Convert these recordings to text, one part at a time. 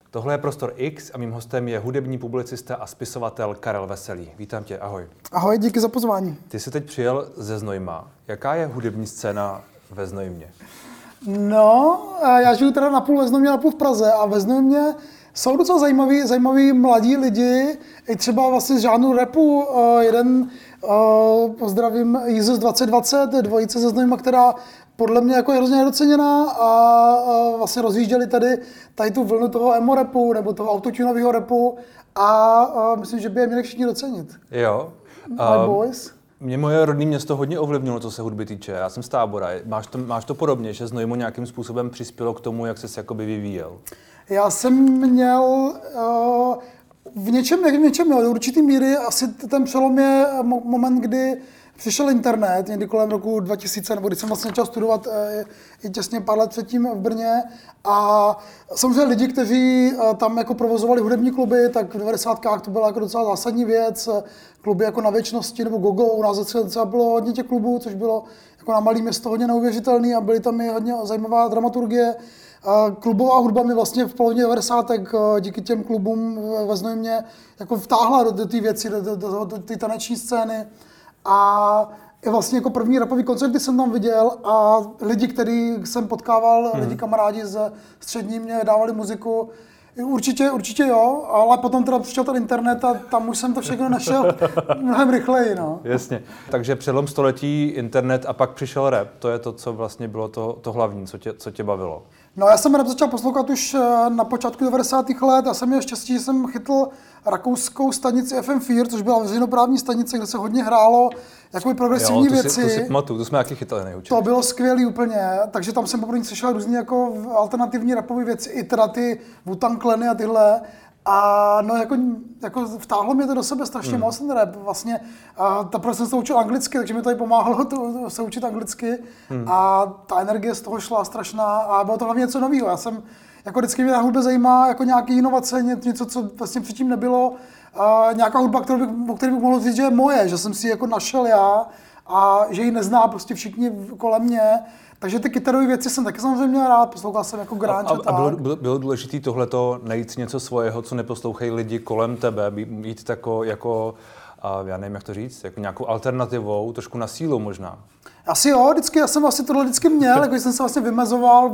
Tohle je Prostor X a mým hostem je hudební publicista a spisovatel Karel Veselý. Vítám tě, ahoj. Ahoj, díky za pozvání. Ty jsi teď přijel ze Znojma. Jaká je hudební scéna ve Znojmě? No, já žiju teda napůl ve Znojmě, napůl v Praze a ve Znojmě jsou docela zajímaví mladí lidi, i třeba vlastně z žánru rapu. Pozdravím Jesus 2020, dvojice ze Znojma, která podle mě jako je hrozně nedoceněná a vlastně rozjížděli tady tu vlnu toho emo rapu nebo toho autotunového rapu a myslím, že by je měli všichni docenit. Jo. My boys. Mě moje rodné město hodně ovlivnilo, co se hudby týče. Já jsem z Tábora. Máš to podobně, že Znojmo nějakým způsobem přispělo k tomu, jak ses jakoby vyvíjel? Já jsem měl v něčem měl do určitý míry. Asi ten přelom je moment, kdy přišel internet, někdy kolem roku 2000, nebo když jsem vlastně začal studovat i těsně pár let předtím v Brně. A samozřejmě lidi, kteří tam jako provozovali hudební kluby, tak v 90kách to byla jako docela zásadní věc. Kluby jako Na věčnosti nebo Gogo, u nás třeba bylo hodně těch klubů, což bylo jako na malé město hodně neuvěřitelné a byly tam i hodně zajímavá dramaturgie. Klubová hudba mi vlastně v polovině 90. díky těm klubům ve Znojmě jako vtáhla do té věci, do té taneční scény. A i vlastně jako první rapový koncerty jsem tam viděl a lidi, který jsem potkával, lidi kamarádi ze střední mě dávali muziku. Určitě jo, ale potom teda přišel ten internet a tam už jsem to všechno našel mnohem rychleji, no. Jasně. Takže přelom století, internet a pak přišel rap. To je to, co vlastně bylo to hlavní, co tě bavilo. No, já jsem rap začal poslouchat už na počátku 90. let. Já jsem měl štěstí, že jsem chytl rakouskou stanici FM4, což byla veřejnoprávní stanice, kde se hodně hrálo jakoby progresivní věci. To si pamatuju, to jsme taky chytali nejúčet. To bylo skvělý úplně, takže tam jsem poprvé slyšel různý jako alternativní rapové věci, i teda ty Wu-Tang Clany a tyhle. A no jako vtáhlo mě to do sebe strašně moc ten rap. Vlastně teprve jsem se učil anglicky, takže mi to i pomáhalo se učit anglicky. A ta energie z toho šla strašná a bylo to hlavně něco nového. Já jsem jako vždycky mě na hudbě zajímá jako nějaký inovace, něco, co vlastně předtím nebylo. Nějaká hudba, o které bych mohl říct, že je moje, že jsem si ji jako našel já a že ji nezná prostě všichni kolem mě. Takže ty kytarové věci jsem taky samozřejmě měl rád, poslouchal jsem jako grunge a bylo důležité tohleto, najít něco svého, co neposlouchají lidi kolem tebe, být tako jako, já nevím, jak to říct, jako nějakou alternativou, trošku na sílu možná. Asi jo, já jsem vlastně tohle vždycky měl, jako jsem se vlastně vymezoval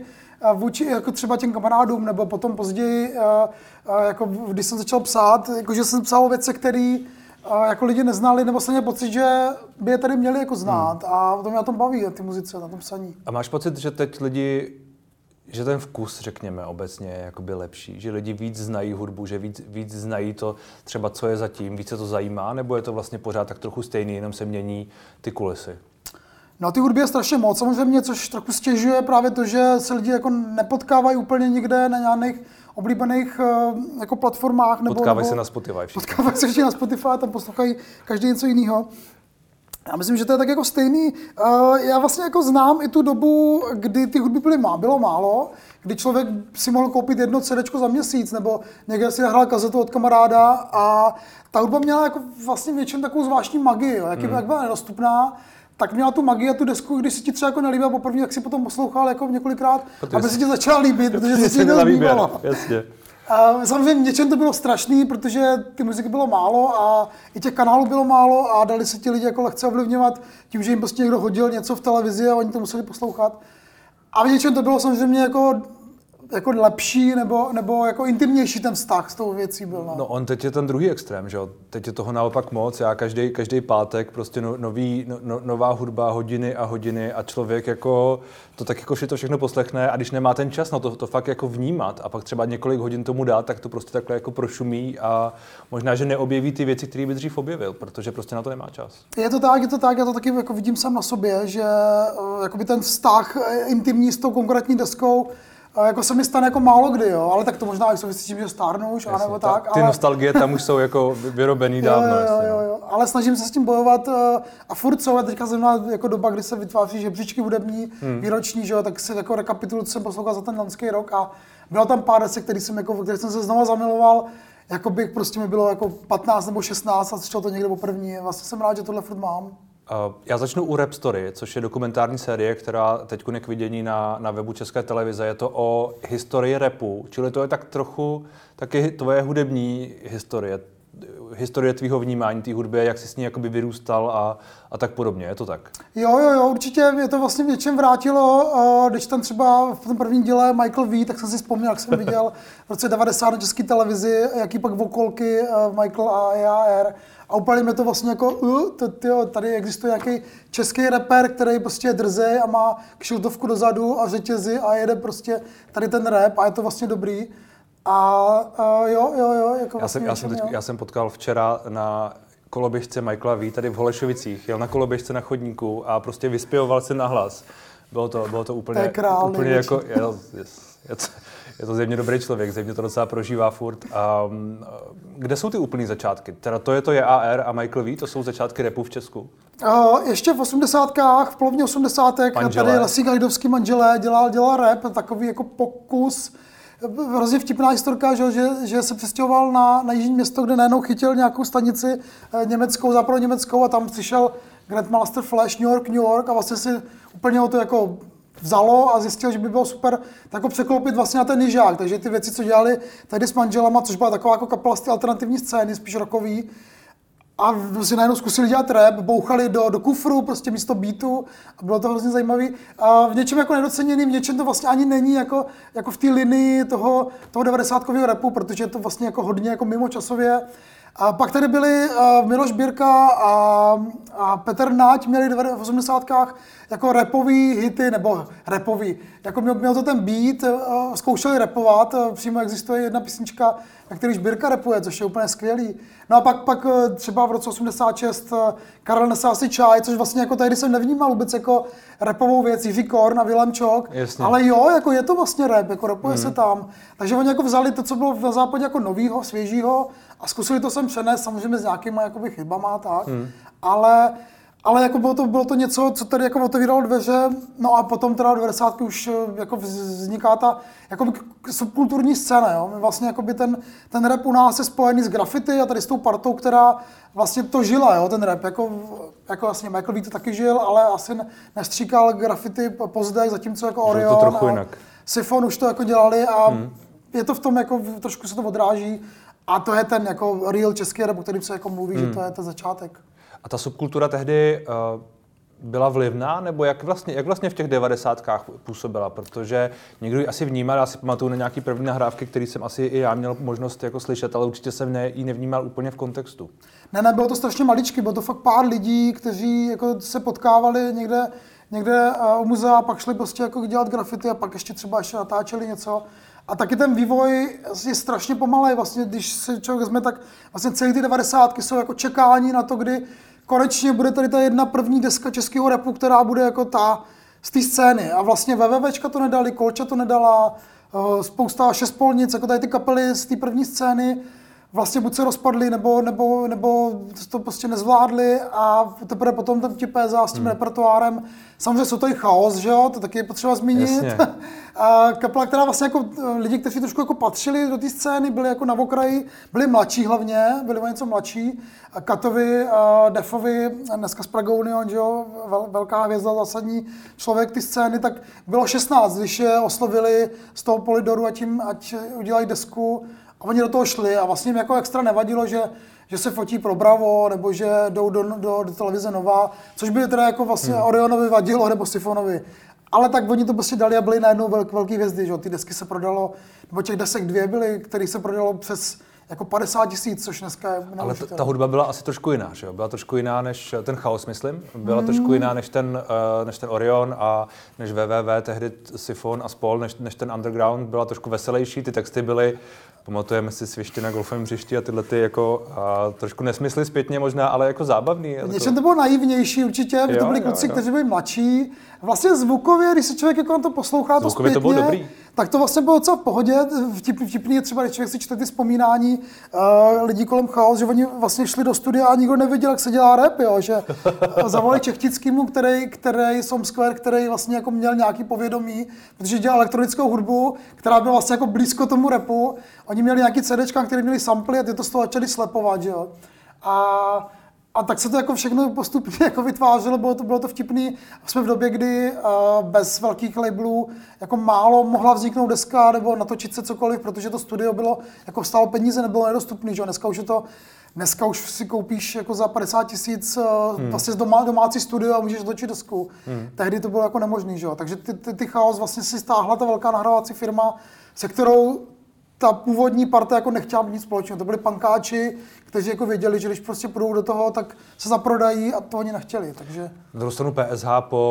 vůči jako třeba těm kamarádům, nebo potom později, jako když jsem začal psát, jakože jsem psal věci, které jako lidi neznali, nebo jsem měl pocit, že by je tady měli jako znát a to mě na tom baví, ty muzice, na tom psaní. A máš pocit, že teď lidi, že ten vkus, řekněme, obecně je jakoby lepší, že lidi víc znají hudbu, že víc znají to třeba, co je zatím, víc se to zajímá, nebo je to vlastně pořád tak trochu stejný, jenom se mění ty kulisy? No, ty hudby je strašně moc, samozřejmě, což trochu stěžuje právě to, že se lidi jako nepotkávají úplně nikde na nějakých oblíbených jako platformách. Potkávají se na Spotify všichni. Potkávají se všichni na Spotify, tam poslouchají každý něco jiného. Já myslím, že to je tak jako stejný. Já vlastně jako znám i tu dobu, kdy ty hudby bylo málo, kdy člověk si mohl koupit jedno CDčko za měsíc, nebo někde si nahrál kazetu od kamaráda a ta hudba měla jako vlastně většinou takovou zvláštní magii, jak byla nedostupná. Tak měla tu magii a tu desku, když se ti třeba jako nelíbila poprvé, tak si potom poslouchal jako několikrát, aby se ti začala líbit, protože se ti nelíbilo. Jasně. Samozřejmě něčem to bylo strašný, protože ty muziky bylo málo a i těch kanálů bylo málo a dali se ti lidi jako lehce ovlivňovat tím, že jim prostě někdo hodil něco v televizi a oni to museli poslouchat. A v něčem to bylo samozřejmě jako lepší nebo jako intimnější ten vztah s tou věcí byl. No on teď je ten druhý extrém, že jo? Teď je toho naopak moc. Já každý pátek prostě nová hudba, hodiny a hodiny a člověk jako to tak jako si to všechno poslechne a když nemá ten čas na to fakt jako vnímat a pak třeba několik hodin tomu dát, tak to prostě takhle jako prošumí a možná, že neobjeví ty věci, které by dřív objevil, protože prostě na to nemá čas. Je to tak, já to taky jako vidím sám na sobě, že jakoby ten vztah intimní s tou konkrétní deskou jako se mi stane jako málo kdy, jo, ale tak to možná i souvisí s tím, že stárnu už, anebo tak. Ty nostalgie tam už jsou jako vyrobený dávno. Jo. Ale snažím se s tím bojovat a furt jsou, teďka zrovna jako doba, kdy se vytváří žebříčky hudební, výroční, že jo, tak si jako rekapituluji, co jsem poslouchal za ten loňský rok a bylo tam pár desek, který jsem se znova zamiloval, jako bych prostě mi bylo jako 15 nebo 16 a šlo to někde poprvé. Vlastně jsem rád, že tohle furt mám. Já začnu u Rap Story, což je dokumentární série, která teď je k vidění na webu České televize. Je to o historii rapu, čili to je tak trochu taky tvoje hudební historie tvýho vnímání té hudby, jak jsi s ní jakoby vyrůstal a tak podobně. Je to tak? Jo, určitě mě to vlastně v něčem vrátilo. Když tam třeba v tom prvním díle Michael V, tak jsem si vzpomněl, jak jsem viděl v roce 90 na České televizi, jaký pak vokolky Michael a EAR. A úplně mě to vlastně jako, tady existuje nějaký český rapper, který prostě je drzej a má kšiltovku dozadu a řetězy a jede prostě tady ten rap a je to vlastně dobrý. Jako vlastně já jsem potkal včera na koloběžce Michaela V tady v Holešovicích. Jel na koloběžce na chodníku a prostě vyspěvoval se nahlas. Bylo to úplně, úplně jako... Je to zjevně dobrý člověk, zjevně to docela prožívá furt. Kde jsou ty úplný začátky? Teda to je AR a Michael V, to jsou začátky rapu v Česku? Ještě v 80kách, v polovině 80. tady Lesík Hajdovský Manželé dělal rap, takový jako pokus. Hrozně vtipná historka, že se přestěhoval na jižní město, kde najednou chytil nějakou stanici německou, západoněmeckou a tam přišel Grandmaster Flash New York a vlastně si úplně ho to jako vzalo a zjistil, že by bylo super jako překlopit vlastně na ten nižák. Takže ty věci, co dělali tady s Manželama, což byla taková jako kapela z té alternativní scény, spíš rockový, a si najednou zkusili dělat rap, bouchali do kufru, prostě místo beatu a bylo to hrozně zajímavý. A v něčem jako nedoceněný, v něčem to vlastně ani není jako v té linii toho 90kového rapu, protože je to vlastně jako hodně jako mimo časově. A pak tady byli Miloš Birka a Petr Nať měli v 80kách jako rapový hity, nebo rapový. Jako měl to ten beat, zkoušeli rapovat, přímo existuje jedna písnička, na kterýž Birka rapuje, což je úplně skvělý. No a pak třeba v roce 86 Karel nesá si čaj, což vlastně jako tady jsem nevnímal vůbec jako rapovou věc, Jiří Korn a Vilém Čok. Jasně. Ale jo, jako je to vlastně rap, jako rapuje se tam. Takže oni jako vzali to, co bylo na západě jako novýho, svěžího a zkusili to sem přenést, samozřejmě s nějakýma jakoby chybama a tak. Ale jako bylo to něco, co tady jako otevíralo dveře, no a potom teda v 90 už jako vzniká ta jako subkulturní scéna, jo. Vlastně jakoby ten rap u nás je spojený s graffiti a tady s tou partou, která vlastně to žila, jo, ten rap, jako vlastně Michael V to taky žil, ale asi nestříkal graffiti později, zatímco jako Orion a Sifon už to jako dělali a je to v tom jako trošku se to odráží a to je ten jako real český rap, o kterým se jako mluví, že to je ten začátek. A ta subkultura tehdy byla vlivná, nebo jak vlastně v těch 90kách působila? Protože někdo ji asi vnímal, já si pamatuju na nějaký první nahrávky, který jsem asi i já měl možnost jako slyšet, ale určitě jsem ji nevnímal úplně v kontextu. Ne, bylo to strašně maličky, bylo to fakt pár lidí, kteří jako se potkávali někde u muzea, pak šli prostě jako dělat graffiti a pak ještě natáčeli něco. A taky ten vývoj je strašně pomalej, vlastně, když se člověk vezme, tak vlastně celý ty 90ky jsou jako čekání na to, kdy konečně bude tady ta jedna první deska českého rapu, která bude jako ta z té scény. A vlastně VVVčka to nedali, Kolča to nedala, spousta šespolnic, jako tady ty kapely z té první scény, vlastně buď se rozpadly, nebo to prostě nezvládli a teprve potom ten PZA s tím repertoárem. Samozřejmě jsou to i Chaos, že jo, to taky je potřeba zmínit. A kapela, která vlastně jako lidi, kteří trošku jako patřili do té scény, byli jako na okraji, byli mladší hlavně, byli o něco mladší. Katovi, Defovi, dneska z Pragounion, že jo, velká hvězda, zásadní člověk té scény, tak bylo 16, když je oslovili z toho Polidoru, ať udělají desku. A oni do toho šli a vlastně jim jako extra nevadilo, že se fotí pro Bravo, nebo že jdou do televize Nova, což by teda jako vlastně Orionovi vadilo, nebo Sifonovi. Ale tak oni to prostě dali a byli najednou velký hvězdy, že ty desky se prodalo, nebo těch desek 2 byly, kterých se prodalo přes jako 50 000, což dneska je neuvěřitelné. Ale ta hudba byla asi trošku jiná, že jo? Byla trošku jiná než ten Chaos, myslím. Byla trošku jiná než ten Orion a než VVV, tehdy Sifon a spol, než ten Underground. Byla trošku veselější, ty texty byly, pamatujeme si Svišti na golfovém hřišti a tyhle ty jako trošku nesmysly zpětně možná, ale jako zábavný. Něčem to bylo naivnější určitě, to byli kluci, kteří byli mladší. Vlastně zvukově, když se člověk jako na to poslouchá to zpětně, to bylo dobrý. Tak to vlastně bylo docela v pohodě. Vtipný je třeba, když člověk si čte ty vzpomínání lidí kolem Chaos, že oni vlastně šli do studia a nikdo nevěděl, jak se dělá rap, jo? Že zavolali Čechtickému, který Som Square, který vlastně jako měl nějaký povědomí, protože dělal elektronickou hudbu, která byla vlastně jako blízko tomu rapu. Oni měli nějaký CDčka, které měli samply a ty to z toho začali slepovat, že jo. A tak se to jako všechno postupně jako vytvářelo, bylo to vtipný. Jsme v době, kdy bez velkých labelů jako málo mohla vzniknout deska nebo natočit se cokoliv, protože to studio bylo, jako stálo peníze, nebylo nedostupný, že? Dneska už si koupíš jako za 50 000 vlastně domácí studio a můžeš točit desku. Tehdy to bylo jako nemožný, že? Takže ty Chaos vlastně si stáhla ta velká nahrávací firma, se kterou ta původní parta jako nechtěla mít nic společného. To byli pankáči, kteří jako věděli, že když prostě půjdou do toho, tak se zaprodají a to oni nechtěli. Takže... Na druhou stranu PSH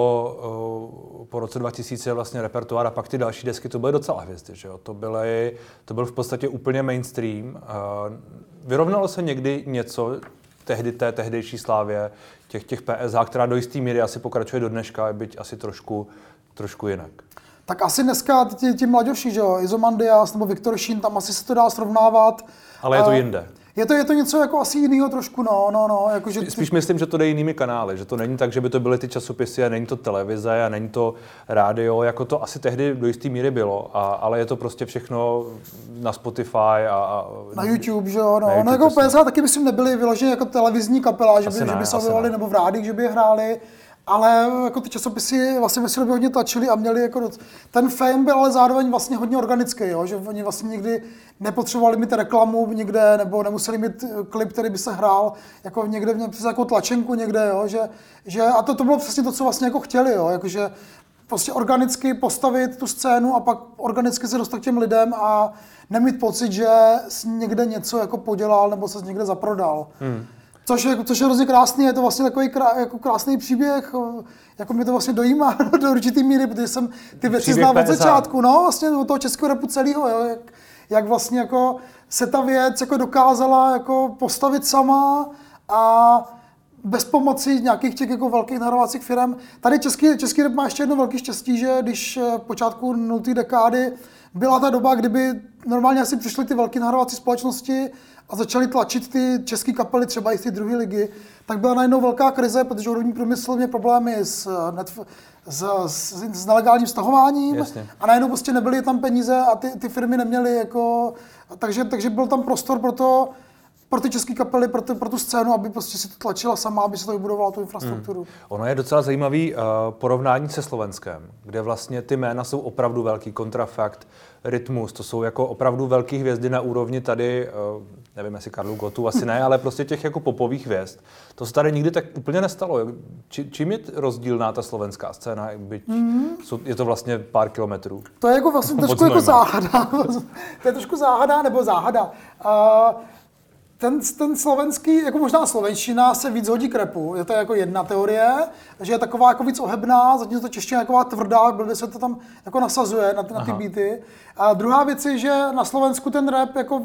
po roce 2000 vlastně repertoár a pak ty další desky, to byly docela hvězdy, že jo? To byl v podstatě úplně mainstream. Vyrovnalo se někdy něco té tehdejší slávě těch PSH, která do jistý míry asi pokračuje do dneška, byť asi trošku jinak. Tak asi dneska ti mladější, že jo, Izomandias nebo Viktor Šín, tam asi se to dá srovnávat. Ale je to jinde. Je to něco jako asi jinýho trošku, no. Jako, že Spíš myslím, že to jde jinými kanály, že to není tak, že by to byly ty časopisy a není to televize a není to rádio, jako to asi tehdy do jisté míry bylo, ale je to prostě všechno na Spotify a na YouTube, že jo, no jako PSH taky myslím nebyli vyloženě jako televizní kapela, že by se objevovali nebo v rádích, že by je hráli. Ale jako ty časopisy vlastně by hodně tlačili a měli jako ten fame byl ale zároveň vlastně hodně organický, jo? Že oni vlastně nikdy nepotřebovali mít reklamu někde nebo nemuseli mít klip, který by se hrál jako někde přes jako tlačenku někde, jo? Že a to bylo přesně to, co vlastně jako chtěli, jo? Jakože prostě organicky postavit tu scénu a pak organicky se dostat k těm lidem a nemít pocit, že jsi někde něco jako podělal nebo se někde zaprodal. Což je hrozně krásný, je to vlastně takový jako krásný příběh, jako mě to vlastně dojímá do určitý míry, protože jsem ty věci znal od začátku, no, vlastně od toho českého rapu celého, jo, jak vlastně jako se ta věc jako dokázala jako postavit sama a bez pomoci nějakých těch jako velkých nahrávacích firm. Tady český rap má ještě jedno velké štěstí, že když v počátku 0. dekády byla ta doba, kdyby normálně asi přišly ty velké nahrávací společnosti a začali tlačit ty české kapely třeba i z té druhé ligy, tak byla najednou velká krize, protože hudební průmysl měl problémy s nelegálním stahováním. Jasně. A najednou prostě nebyly tam peníze a ty firmy neměly jako... Takže byl tam prostor pro ty české kapely, pro tu scénu, aby prostě si to tlačila sama, aby se to vybudovala tu infrastrukturu. Ono je docela zajímavý porovnání se Slovenskem, kde vlastně ty jména jsou opravdu velký, Kontrafakt, Rytmus, to jsou jako opravdu velký hvězdy na úrovni tady, nevím jestli Karlu Gotu, asi ne, ale prostě těch jako popových hvězd. To se tady nikdy tak úplně nestalo. Čím je rozdílná ta slovenská scéna? Je to vlastně pár kilometrů. To je jako vlastně trošku jako záhada. To je trošku záhada nebo záhada. Ten slovenský, jako možná slovenština se víc hodí k rapu. Je to jako jedna teorie, že je taková jako víc ohebná, zatímco to čeština je taková tvrdá, blbě se to tam jako nasazuje na ty beaty. A druhá věc je, že na Slovensku ten rap jako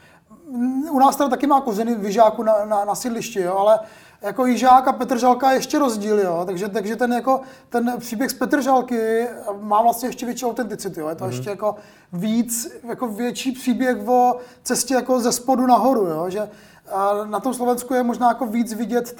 u nás teda taky má kořeny Vyžáku na sídlišti, jo, ale jako Jižák a Petržalka je ještě rozdíl, jo, takže ten příběh z Petržalky má vlastně ještě větší autenticity, jo, je to ještě jako víc, jako větší příběh o cestě jako ze spodu nahoru, jo, že na tom Slovensku je možná jako víc vidět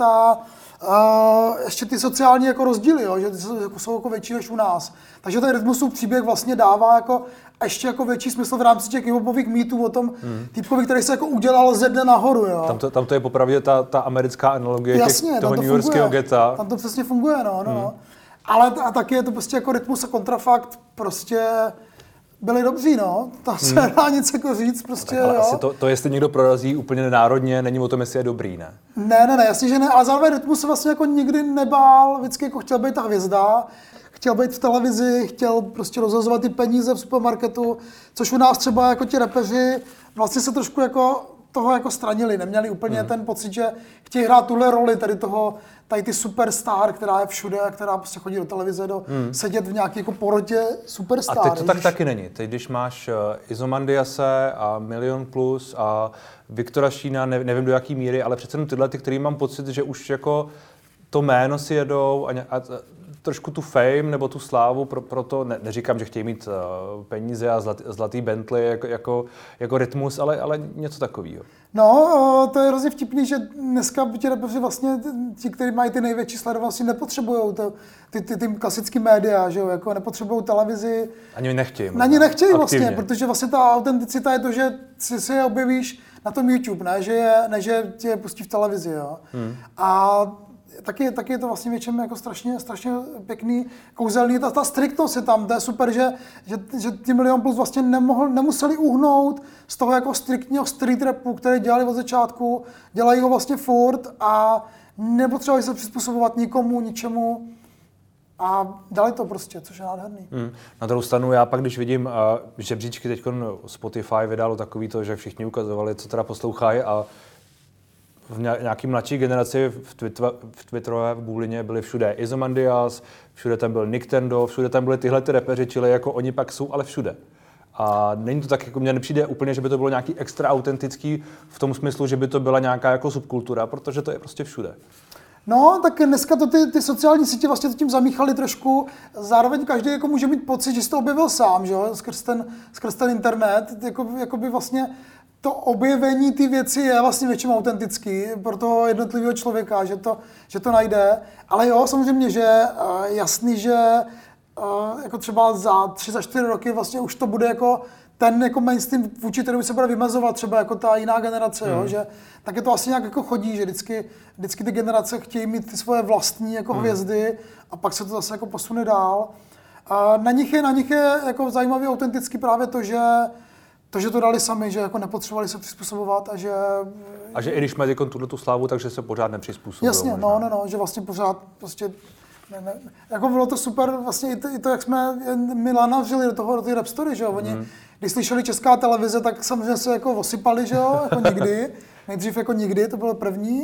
ještě ty sociální jako rozdíly, jo, že jsou jako větší než u nás. Takže ten Rytmusův příběh vlastně dává jako ještě jako větší smysl v rámci těch hiphopových mýtů o tom týpkovi, který se jako udělal ze dne nahoru. Jo. Tam to je popravdě ta americká analogie toho newyorského geta. Tam to přesně funguje, no. Ale a taky je to prostě jako Rytmus a Kontrafakt prostě byli dobří, no. Tam se nedá nic jako říct, prostě, ale jo. asi to, jestli někdo prorazí úplně národně, není o tom, jestli je dobrý, ne? Ne, jasně, že ne, ale zároveň Rytmus se vlastně jako nikdy nebál, vždycky jako chtěl být ta hvězda, chtěl být v televizi, chtěl prostě rozhazovat ty peníze v supermarketu, což u nás třeba jako ti rapeři vlastně se trošku jako toho jako stranili, neměli úplně ten pocit, že chtějí hrát tuhle roli tady ty superstar, která je všude, která prostě chodí do televize, sedět v nějaké jako porotě superstar. A teď to tak taky není. Teď, když máš Izomandiase a Milion Plus a Viktora Šína, nevím do jaký míry, ale přece tyhle, který mám pocit, že už jako to jméno si jedou a trošku tu fame nebo tu slávu, proto neříkám, že chtějí mít peníze a zlatý Bentley jako Rytmus, ale něco takového. No, to je hrozně vtipný, že dneska ti rapeři vlastně, ti, kteří mají ty největší sledovanosti, nepotřebují ty klasické média, že jo, jako nepotřebují televizi. Ani nechtějí. Ani nechtějí vlastně, protože vlastně ta autenticita je to, že si je objevíš na tom YouTube, ne že tě pustí v televizi, jo. A taky je to vlastně většinou jako strašně pěkný, kouzelný. Ta striktnost je tam, to je super, že ti Milion Plus vlastně nemuseli uhnout z toho jako striktního street rapu, který dělali od začátku, dělají ho vlastně furt a nepotřebovali se přizpůsobovat nikomu, ničemu. A dali to prostě, což je nádherný. Na druhou stranu já pak, když vidím žebříčky, teď Spotify vydalo takový to, že všichni ukazovali, co teda poslouchají a v nějaký mladší generaci v Twitterové bublině byly všude Izomandias, všude tam byl Nintendo, všude tam byly tyhle ty rapeři, čili jako oni pak jsou, ale všude. A není to tak, jako mně nepřijde úplně, že by to bylo nějaký extra autentický v tom smyslu, že by to byla nějaká jako subkultura, protože to je prostě všude. No, tak dneska to ty sociální sítě vlastně to tím zamíchaly trošku. Zároveň každý jako může mít pocit, že jsi to objevil sám, že jo, skrz ten internet. Jakoby vlastně to objevení ty věci je vlastně většinou autentický pro toho jednotlivého člověka, že to najde. Ale jo, samozřejmě, že jasný, že jako třeba za 3-4 roky vlastně už to bude jako ten jako mainstream vůči, který se bude vymezovat, třeba jako ta jiná generace, jo, že tak je to asi nějak jako chodí, že vždycky ty generace chtějí mít ty svoje vlastní jako hvězdy a pak se to zase jako posune dál. A na nich je jako zajímavý autentický právě to, že to dali sami, že jako nepotřebovali se přizpůsobovat a že i když mají tu slávu, takže se pořád nepřizpůsobují. Jasně, no, že vlastně pořád prostě ne. Jako bylo to super vlastně i to, jak jsme Milana vřeli do té rap story, že jo, oni když slyšeli Česká televize, tak samozřejmě se jako osypali, že jo, jako nikdy, nejdřív jako nikdy, to bylo první.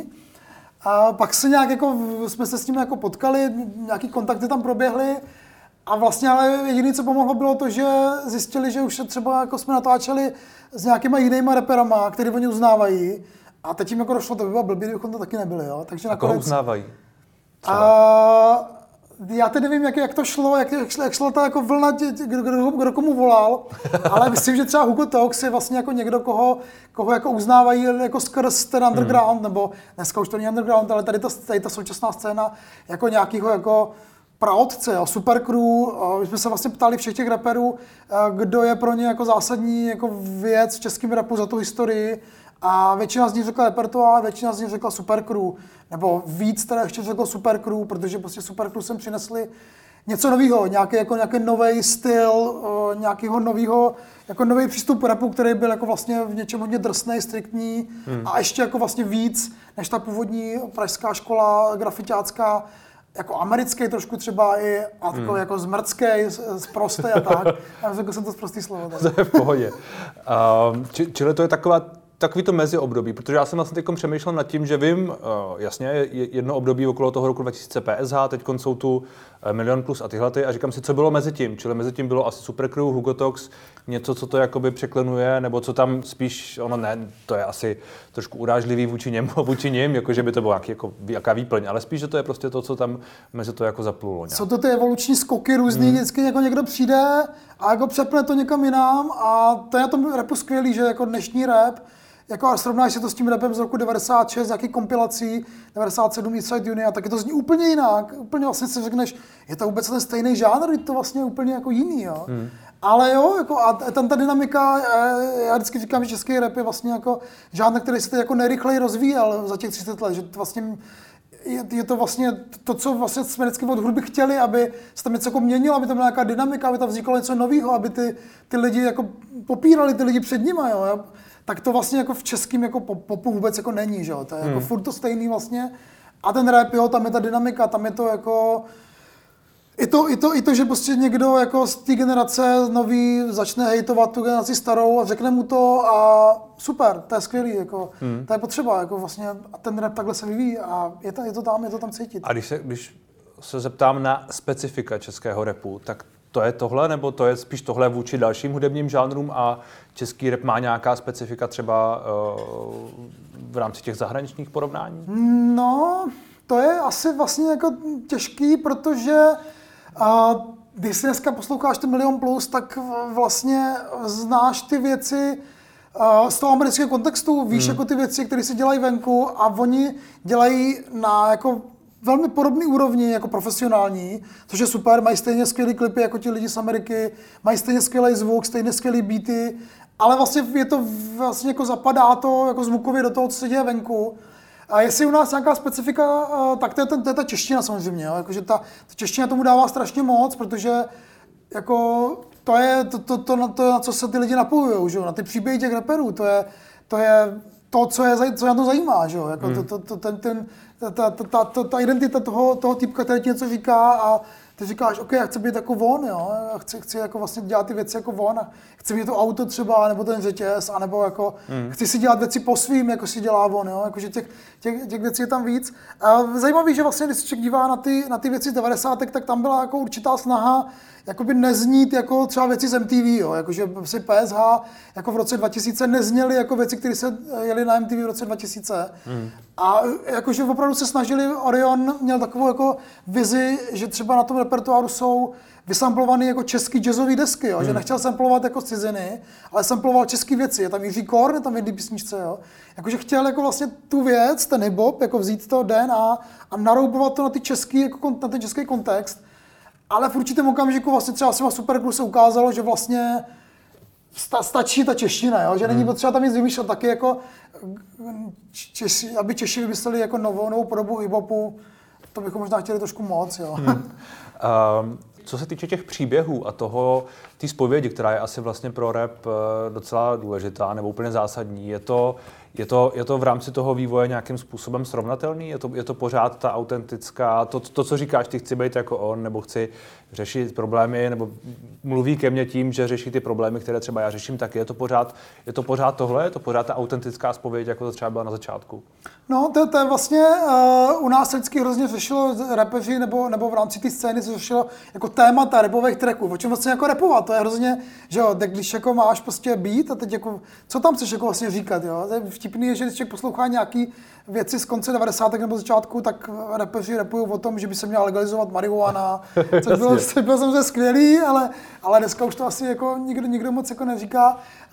A pak se nějak jako, jsme se s tím jako potkali, nějaký kontakty tam proběhly a vlastně ale jediné, co pomohlo, bylo to, že zjistili, že už třeba jako jsme natáčeli s nějakýma jinýma raperama, který oni uznávají a teď jim jako došlo, to by bylo blbý, kdybychom to taky nebyli, jo. Takže a koho uznávají? Já teď nevím, jak to šlo, jak šla ta jako vlna, kdo komu volal, ale myslím, že třeba Hugo Talks je vlastně jako někdo, koho jako uznávají jako skrz ten underground, nebo dneska už to není underground, ale tady ta současná scéna jako nějakýho jako praotce, jo, Supercrew, my jsme se vlastně ptali všech těch raperů, kdo je pro ně jako zásadní jako věc v českém rapu za tu historii. A většina z nich řekla repertoár, většina z nich řekla Supercrew. Nebo víc teda ještě řekla Supercrew, protože prostě Supercrew sem přinesli něco nového, nějaký nový styl, nějakého nového, jako nový přístup rapu, který byl jako vlastně v něčem hodně drsnej, striktní a ještě jako vlastně víc než ta původní pražská škola grafiťácká, jako americký trošku třeba i a takový jako zmrcký, sprostý a tak. Já řekl jsem to sprostý slovo. Tak. To je v pohodě. Čili to je takový to meziobdobí, protože já jsem vlastně teď přemýšlel nad tím, že vím, jasně, jedno období okolo toho roku 2000 PSH, teď jsou tu Milion Plus a tyhle a říkám si, co bylo mezi tím, čili mezi tím bylo asi Supercrew, Hugo Talks, něco, co to jakoby překlenuje, nebo co tam spíš, ono ne, to je asi trošku urážlivý vůči nim, jako že by to bylo jaká výplň, ale spíš, že to je prostě to, co tam mezi to jako zaplulo. Nějak. Jsou to ty evoluční skoky různý, vždycky jako někdo přijde a jako přepne to někam jinam a to je na tom rapu skvělý, že jako dnešní rap, jako a srovnáš se to s tím rapem z roku 96, jaký kompilací, 97 Eastside Junior, tak je to zní úplně jinak. Úplně vlastně si řekneš, je to vůbec ten stejný žánr, je to vlastně úplně jako jiný, jo. Ale jo, jako a tam ta dynamika, já vždycky říkám, že český rap je vlastně jako žánr, který se teď jako nejrychleji rozvíjel za těch 30 let, že to vlastně je to vlastně to, co vlastně jsme vždycky od hudby chtěli, aby se tam něco jako měnilo, aby tam byla nějaká dynamika, aby tam vzniklo něco nového, aby ty lidi jako popírali ty lidi před nima, jo. Tak to vlastně jako v českém jako popu vůbec jako není, že jo, to je jako furt to stejný vlastně. A ten rap, jo, tam je ta dynamika, tam je to jako i to, že prostě někdo jako z té generace nový začne hejtovat tu generaci starou a řekne mu to a super, to je skvělý, jako, to je potřeba, jako vlastně a ten rap takhle se vyvíjí a je to tam cítit. A když se zeptám na specifika českého rapu, tak to je tohle, nebo to je spíš tohle vůči dalším hudebním žánrům a český rap má nějaká specifika třeba v rámci těch zahraničních porovnání? No, to je asi vlastně jako těžký, protože když si dneska posloucháš ten Milion Plus, tak vlastně znáš ty věci z toho amerického kontextu, víš jako ty věci, které se dělají venku a oni dělají na jako velmi podobný úrovni jako profesionální, což je super, mají stejně skvělý klipy jako ti lidi z Ameriky, mají stejně skvělý zvuk, stejně skvělý beaty ale vlastně je to vlastně jako zapadá to jako zvukově do toho, co se děje venku. A jestli u nás nějaká specifika, tak to je ta čeština samozřejmě, jo? Jakože ta čeština tomu dává strašně moc, protože jako to je to, na co se ty lidi napojujou, že jo? Na ty příběhy těch raperů, to je to, co na to zajímá, že jo? Jako ta identita toho typka, který ti něco říká a ty říkáš, OK, já chci být jako on, jo? Já chci jako vlastně dělat ty věci jako on, chci mít to auto třeba, nebo ten řetěz, anebo jako chci si dělat věci po svým, jako si dělá on, jo? Jakože těch věcí je tam víc. A zajímavý, že vlastně, když se člověk dívá na ty věci z 90, tak tam byla jako určitá snaha jakoby neznít jako třeba věci z MTV, jo? Jakože si PSH jako v roce 2000 nezněly jako věci, které se jeli na MTV v roce 2000. A jakože opravdu se snažili, Orion měl takovou jako vizi, že třeba na tom repertoáru jsou vysamplované jako český jazzový desky, jo? Že nechtěl samplovat jako z ciziny, ale samploval české věci. Je tam Jiří Korn, je tam v jedné písničce, jo? Jakože chtěl jako vlastně tu věc, ten hip-hop, jako vzít to DNA a naroubovat to na ty český, jako na ten český kontext. Ale v určitém okamžiku vlastně třeba s těma Supergirl se ukázalo, že vlastně stačí ta čeština, jo? Že není potřeba tam nic vymýšlet, taky jako aby Češi vymysleli jako novou podobu hip-hopu, to bychom možná chtěli trošku moc, jo. Co se týče těch příběhů a té zpovědi, která je asi vlastně pro rap docela důležitá nebo úplně zásadní, je to v rámci toho vývoje nějakým způsobem srovnatelný? Je to pořád ta autentická, to, co říkáš, ty chci být jako on, nebo chci řešit problémy, nebo mluví ke mně tím, že řeší ty problémy, které třeba já řeším, tak je to pořád tohle? Je to pořád ta autentická zpověď, jako to třeba byla na začátku? No, to je vlastně, u nás vždycky hrozně řešilo rapeři, nebo v rámci té scény se řešilo jako témata rapových tracků, o čem vlastně jako rapovat, to je hrozně, že jo, tak když jako máš prostě beat a teď jako, co tam chceš jako vlastně říkat, jo, vtipný je, že když člověk poslouchá nějaký věci z konce 90. nebo začátku, tak rapeři rapují o tom, že by se měla legalizovat marihuana, což bylo samozřejmě skvělý, ale dneska už to asi jako nikdo moc jako neříká.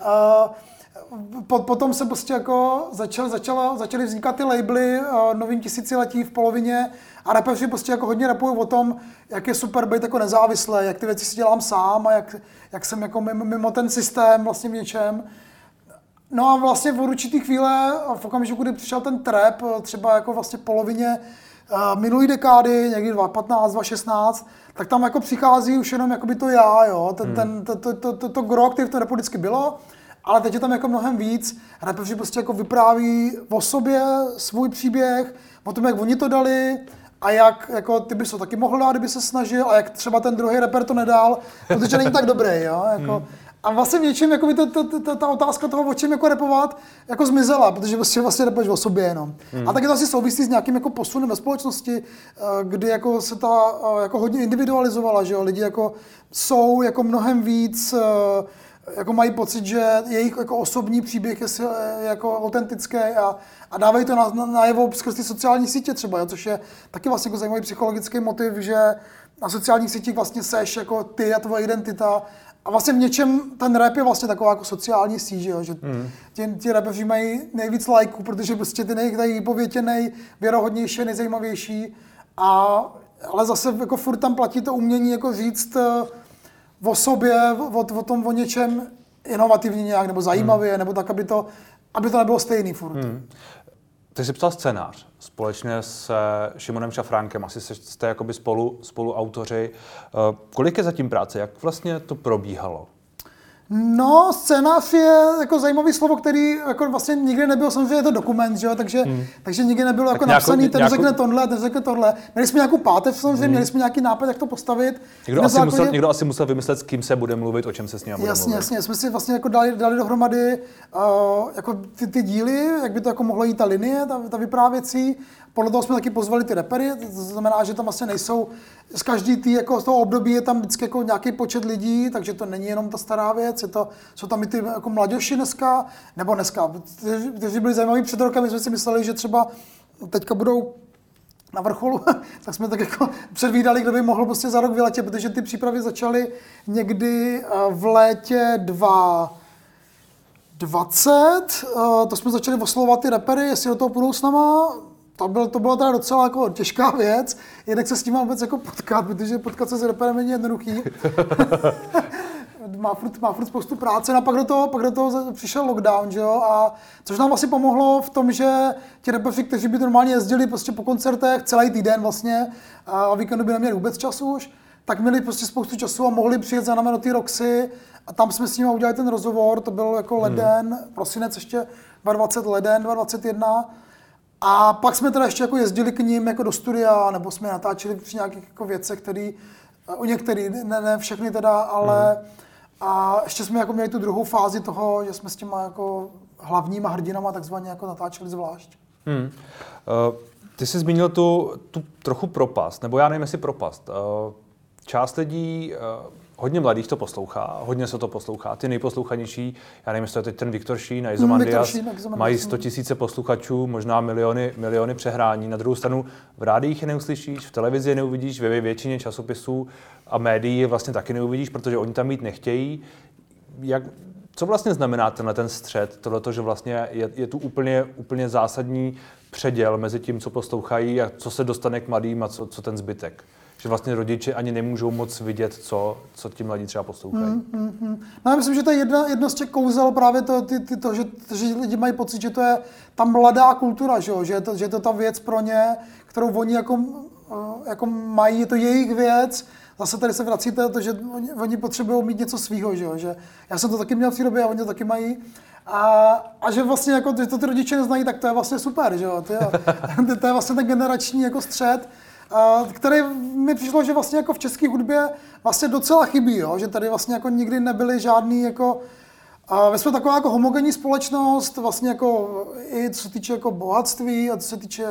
Potom se prostě jako začaly vznikat ty labely novým tisíciletí v polovině a rapeři prostě jako hodně rapují o tom, jak je super být jako nezávislý, jak ty věci si dělám sám a jak jsem jako mimo ten systém vlastně v něčem. No a vlastně v určitý chvíle, v okamžiku, kdy přišel ten trap, třeba jako vlastně polovině minulý dekády, někdy 2015, 2016, tak tam jako přichází už jenom jakoby to já, jo, to gro, který v tom rapu vždycky bylo, ale teď je tam jako mnohem víc. Rapeři prostě jako vypráví o sobě svůj příběh, o tom, jak oni to dali a jak jako ty bys to taky mohl dát, kdyby se snažil a jak třeba ten druhý rapper to nedal, protože není tak dobrý, jo, jako. A vlastně v něčem jako ta otázka toho, o čem jako rapovat, jako zmizela, protože vlastně rapuješ o sobě jenom. A taky to asi souvisí s nějakým jako posunem ve společnosti, kdy jako se ta jako hodně individualizovala, že jo, lidi jako jsou jako mnohem víc, jako mají pocit, že jejich jako osobní příběh je jako autentický a dávají to najevo skrz ty sociální sítě třeba, jo, což je taky vlastně jako zajímavý psychologický motiv, že na sociálních sítích vlastně seš jako ty a tvoje identita. A vlastně v něčem ten rap je vlastně taková jako sociální síť, že ti rapeři mají nejvíc lajků, protože prostě ty nejpověď je nejvěrohodnější, nejzajímavější. Ale zase jako furt tam platí to umění jako říct o sobě, o něčem inovativně nějak, nebo zajímavě, nebo tak, aby to nebylo stejný furt. Ty jsi psal scénář společně s Šimonem Šafránkem, asi jste jakoby spoluautoři. Kolik je zatím práce? Jak vlastně to probíhalo? No, scénář je jako zajímavý slovo, který jako vlastně nikdy nebyl, samozřejmě je to dokument, že jo? Takže nikdy nebylo jako napsaný, ten řekne tohle. Měli jsme nějakou páteř, samozřejmě, měli jsme nějaký nápad, jak to postavit. Někdo asi musel vymyslet, s kým se bude mluvit, o čem se s ním bude mluvit. Jasně, jsme si vlastně jako dali dohromady jako ty díly, jak by to jako mohla jít ta linie, ta vyprávěcí. Podle toho jsme taky pozvali ty rapery, to znamená, že tam vlastně nejsou, z každý jako z toho období je tam vždycky jako nějaký počet lidí, takže to není jenom ta stará věc, jsou tam i ty jako mladěši dneska, kteří byli zajímaví před rokem, my jsme si mysleli, že třeba teďka budou na vrcholu, tak jsme tak jako předvídali, kdo by mohl prostě za rok vyletět, protože ty přípravy začaly někdy v létě 2020, to jsme začali oslovovat ty rapery, jestli do toho půjdou s náma. To byla teda docela jako těžká věc, jednak se s tím vůbec jako potkat, protože potkat se s raperem není jednoduchý. má furt spoustu práce, no a pak do toho přišel lockdown, že jo, a což nám vlastně pomohlo v tom, že ti rapeři, kteří by normálně jezdili prostě po koncertech celý týden vlastně a víkendu by neměli vůbec času už, tak měli prostě spoustu času a mohli přijet za námi do té Roxy a tam jsme s nimi udělali ten rozhovor, to byl jako leden, prosinec ještě 2020, leden 2021. A pak jsme teda ještě jako jezdili k ním jako do studia, nebo jsme natáčeli při nějakých jako věcech, které u některých, ne všechny teda, ale a ještě jsme jako měli tu druhou fázi toho, že jsme s těma jako hlavníma hrdinama takzvaně jako natáčeli zvlášť. Ty jsi zmínil tu trochu propast, nebo já nevím, jestli propast. Část lidí, hodně mladých to poslouchá, hodně se to poslouchá. Ty nejposlouchanější, já nevím, jestli to je teď ten Viktor Šín a Izomandias, mají 100 000 posluchačů, možná miliony přehrání. Na druhou stranu v rádiích je neuslyšíš, v televizi je neuvidíš, ve většině časopisů a médií je vlastně taky neuvidíš, protože oni tam mít nechtějí. Co vlastně znamená ten střed, tohleto, že vlastně je tu úplně zásadní předěl mezi tím, co poslouchají a co se dostane k mladým a co ten zbytek? Že vlastně rodiče ani nemůžou moc vidět, co ti mladí třeba poslouchají. No já myslím, že to je jedno z těch kouzel právě to, že lidi mají pocit, že to je ta mladá kultura, že je to ta věc pro ně, kterou oni jako mají, je to jejich věc. Zase tady se vracíte to, že oni potřebují mít něco svýho, že já jsem to taky měl v té době a oni to taky mají. A že vlastně jako, že to ty rodiče neznají, tak to je vlastně super, že jo. To je vlastně ten generační jako střed, který mi přišlo, že vlastně jako v české hudbě vlastně docela chybí, jo? Že tady vlastně jako nikdy nebyly žádný jako my jsme taková jako homogenní společnost, vlastně jako i co se týče jako bohatství a co se týče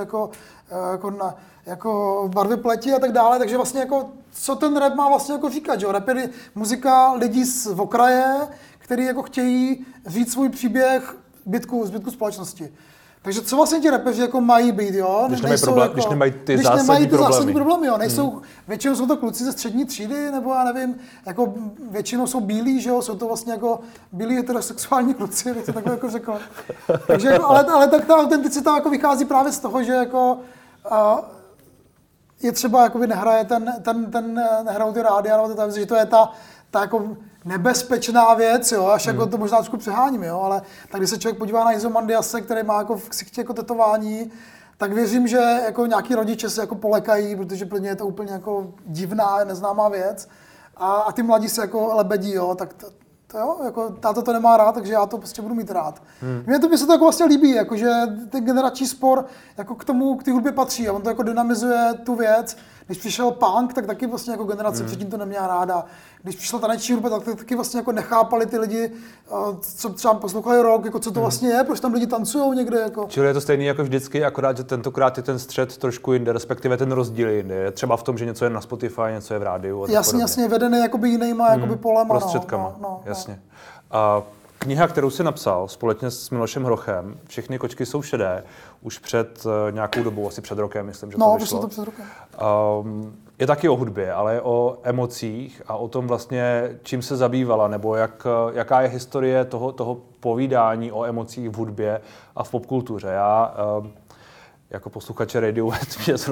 jako barvy pleti a tak dále, takže vlastně jako co ten rap má vlastně jako říkat, že jo? Rap je muzika lidí z okraje, který jako chtějí říct svůj příběh zbytku společnosti. Takže co vlastně ti rapeři jako mají být, jo? Když nemají ty zásadní problémy, jo? Většinou jsou to kluci ze střední třídy, nebo já nevím, jako většinou jsou bílí, že jo? Jsou to vlastně jako bílí heterosexuální kluci, bych to takhle jako řekl. Takže jako, ale tak ta autenticita jako vychází právě z toho, že jako je třeba jakoby nehrajou ty rádia, nebo televize, že to je ta jako nebezpečná věc, jo, až jako to možná trošku přeháním, jo, ale tak když se člověk podívá na Izomandiase, který má jako v ksichtě jako tetování, tak věřím, že jako nějaký rodiče se jako polekají, protože pro ně je to úplně jako divná, neznámá věc a ty mladí se jako lebedí, jo, tak to jo, jako táta to nemá rád, takže já to prostě budu mít rád. Mně se to jako vlastně líbí, jakože ten generační spor jako k té hudbě patří a on to jako dynamizuje tu věc. Když přišel punk, tak taky vlastně jako generace předtím to neměla ráda. Když přišla taneční hudba, tak taky vlastně jako nechápali ty lidi, co třeba poslouchali rock, jako co to vlastně je, proč tam lidi tancujou někde. Jako. Čili je to stejný jako vždycky, akorát, že tentokrát je ten střed trošku jinde, respektive ten rozdíl jinde. Je třeba v tom, že něco je na Spotify, něco je v rádiu. Jasně, vedený jakoby jinýma jakoby polema. Prostředkama, jasně. A kniha, kterou jsi napsal společně s Milošem Hrochem, Všechny kočky jsou šedé, už před nějakou dobou, asi před rokem, myslím, že to vyšlo. To před rokem. Je taky o hudbě, ale o emocích a o tom vlastně, čím se zabývala, nebo jaká je historie toho povídání o emocích v hudbě a v popkultuře. Já jako posluchače Radiohead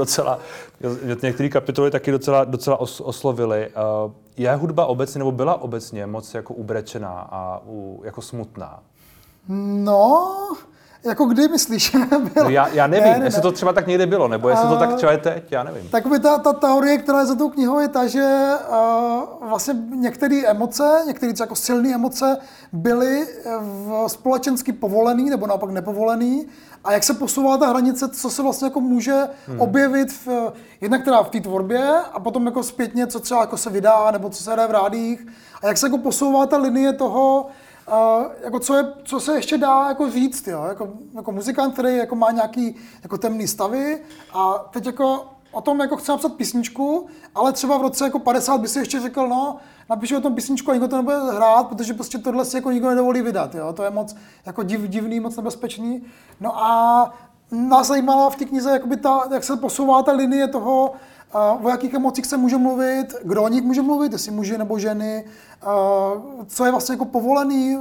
mě některé kapitoly taky docela oslovily. Je hudba obecně, nebo byla obecně moc jako ubrečená a jako smutná? No, jako kdy myslíš? No já nevím, jestli to třeba tak někde bylo, nebo jestli to tak třeba je teď, já nevím. Tak ta teorie, která je za tou knihou, je ta, že vlastně některé emoce, některé jako silné emoce byly společensky povolený nebo naopak nepovolený. A jak se posouvá ta hranice, co se vlastně jako může objevit jednak teda v té tvorbě a potom jako zpětně, co třeba jako se vydá nebo co se hraje v rádiích. A jak se jako posouvá ta linie toho, jako co se ještě dá jako říct, jo? Jako muzikant, který jako má nějaký jako temný stavy a teď jako o tom jako chce napsat písničku, ale třeba v roce jako 50 by si ještě řekl, no, napíšu o tom písničku a nikdo to nebude hrát, protože prostě tohle si jako nikdo nedovolí vydat, jo? To je moc jako divný, moc nebezpečný. No a nás zajímala v té knize jakoby jak se posouvá ta linie toho, o jakých emocích se může mluvit, kdo o nich může mluvit, jestli muži nebo ženy, co je vlastně jako povolený,